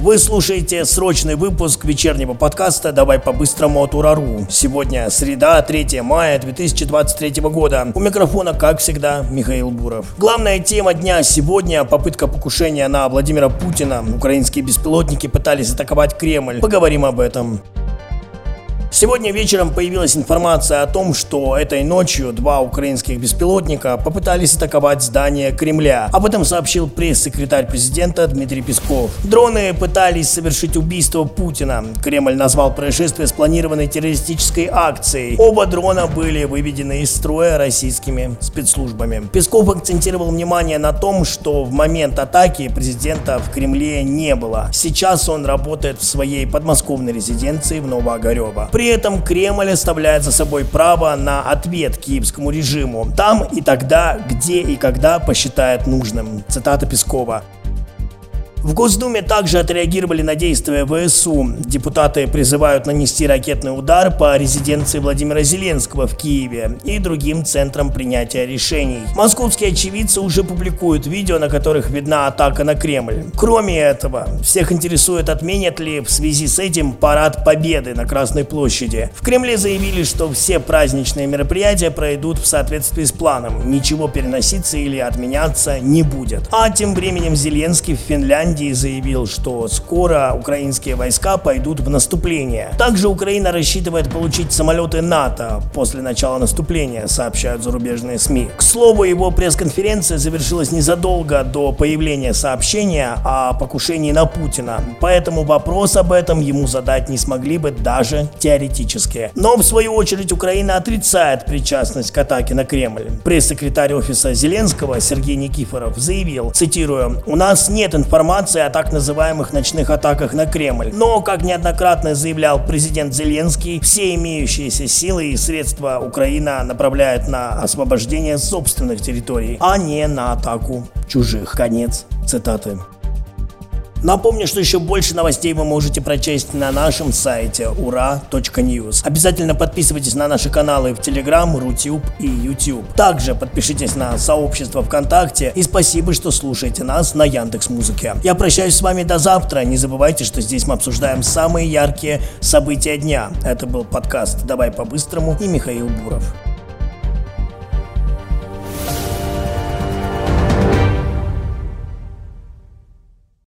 Вы слушаете срочный выпуск вечернего подкаста «Давай по-быстрому» от Ура.ру. Сегодня среда, 3 мая 2023 года. У микрофона, как всегда, Михаил Буров. Главная тема дня сегодня – попытка покушения на Владимира Путина. Украинские беспилотники пытались атаковать Кремль. Поговорим об этом. Сегодня вечером появилась информация о том, что этой ночью 2 украинских беспилотника попытались атаковать здание Кремля. Об этом сообщил пресс-секретарь президента Дмитрий Песков. Дроны пытались совершить убийство Путина. Кремль назвал происшествие спланированной террористической акцией. Оба дрона были выведены из строя российскими спецслужбами. Песков акцентировал внимание на том, что в момент атаки президента в Кремле не было. Сейчас он работает в своей подмосковной резиденции в Новоогарево. При этом Кремль оставляет за собой право на ответ киевскому режиму там и тогда, где и когда посчитает нужным. Цитата Пескова. В Госдуме также отреагировали на действия ВСУ. Депутаты призывают нанести ракетный удар по резиденции Владимира Зеленского в Киеве и другим центрам принятия решений. Московские очевидцы уже публикуют видео, на которых видна атака на Кремль. Кроме этого, всех интересует, отменят ли в связи с этим парад Победы на Красной площади. В Кремле заявили, что все праздничные мероприятия пройдут в соответствии с планом. Ничего переноситься или отменяться не будет. А тем временем Зеленский в Финляндии заявил, что скоро украинские войска пойдут в наступление. Также Украина рассчитывает получить самолеты НАТО после начала наступления, сообщают зарубежные СМИ. К слову, его пресс-конференция завершилась незадолго до появления сообщения о покушении на Путина, поэтому вопрос об этом ему задать не смогли бы даже теоретически. Но в свою очередь Украина отрицает причастность к атаке на Кремль. Пресс-секретарь офиса Зеленского Сергей Никифоров заявил, цитирую: «У нас нет информации о так называемых ночных атаках на Кремль. Но, как неоднократно заявлял президент Зеленский, все имеющиеся силы и средства Украина направляет на освобождение собственных территорий, а не на атаку чужих». Конец цитаты. Напомню, что еще больше новостей вы можете прочесть на нашем сайте ura.news. Обязательно подписывайтесь на наши каналы в Telegram, Рутюб и YouTube. Также подпишитесь на сообщество ВКонтакте и спасибо, что слушаете нас на Яндекс.Музыке. Я прощаюсь с вами до завтра. Не забывайте, что здесь мы обсуждаем самые яркие события дня. Это был подкаст «Давай по-быстрому» и Михаил Буров.